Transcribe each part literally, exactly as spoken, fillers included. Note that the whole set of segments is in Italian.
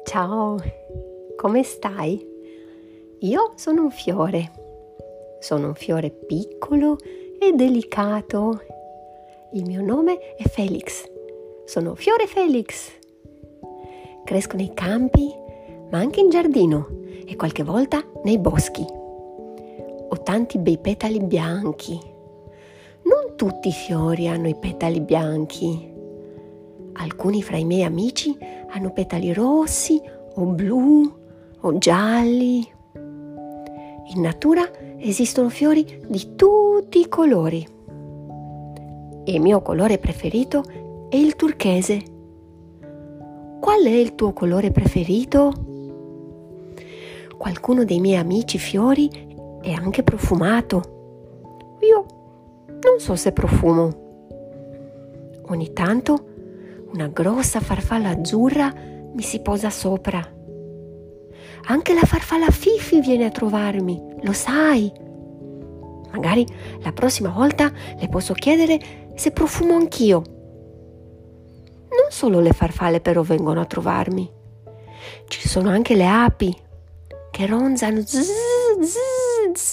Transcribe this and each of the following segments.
Ciao, come stai? Io sono un fiore. Sono un fiore piccolo e delicato. Il mio nome è Felix. Sono Fiore Felix. Cresco nei campi, ma anche in giardino e qualche volta nei boschi. Ho tanti bei petali bianchi. Non tutti i fiori hanno i petali bianchi. Alcuni fra i miei amici hanno petali rossi o blu o gialli. In natura esistono fiori di tutti i colori. Il mio colore preferito è il turchese. Qual è il tuo colore preferito? Qualcuno dei miei amici fiori è anche profumato. Io non so se profumo. Ogni tanto una grossa farfalla azzurra mi si posa sopra. Anche la farfalla Fifi viene a trovarmi, lo sai? Magari la prossima volta le posso chiedere se profumo anch'io. Non solo le farfalle però vengono a trovarmi. Ci sono anche le api che ronzano. Zzz, zzz, zzz.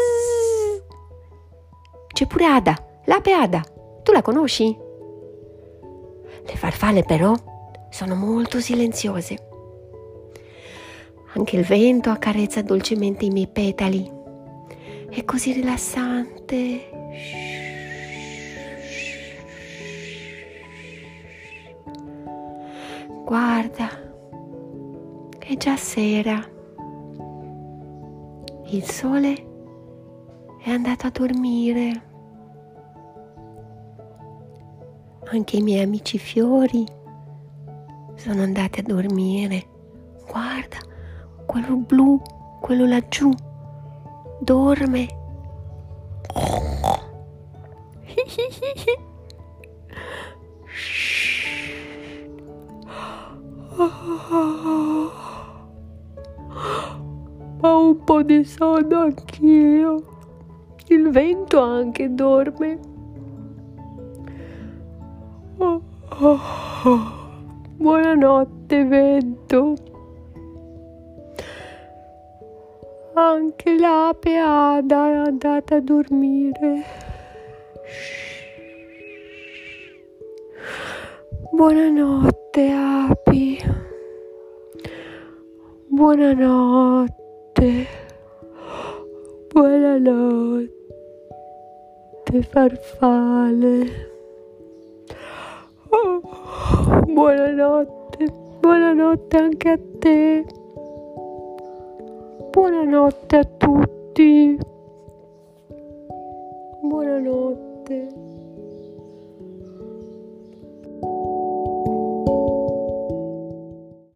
C'è pure Ada, l'ape Ada. Tu la conosci? Le farfalle però sono molto silenziose. Anche il vento accarezza dolcemente i miei petali. È così rilassante. Guarda, è già sera. Il sole è andato a dormire. Anche i miei amici fiori sono andati a dormire. Guarda, quello blu, quello laggiù, dorme. Ho un po' di sonno anch'io. Il vento anche dorme. Oh, oh, oh. Buonanotte vento. Anche l'ape Ada è andata a dormire. Buonanotte api. Buonanotte. Buonanotte farfalle. Oh, buonanotte, buonanotte anche a te. Buonanotte a tutti. Buonanotte.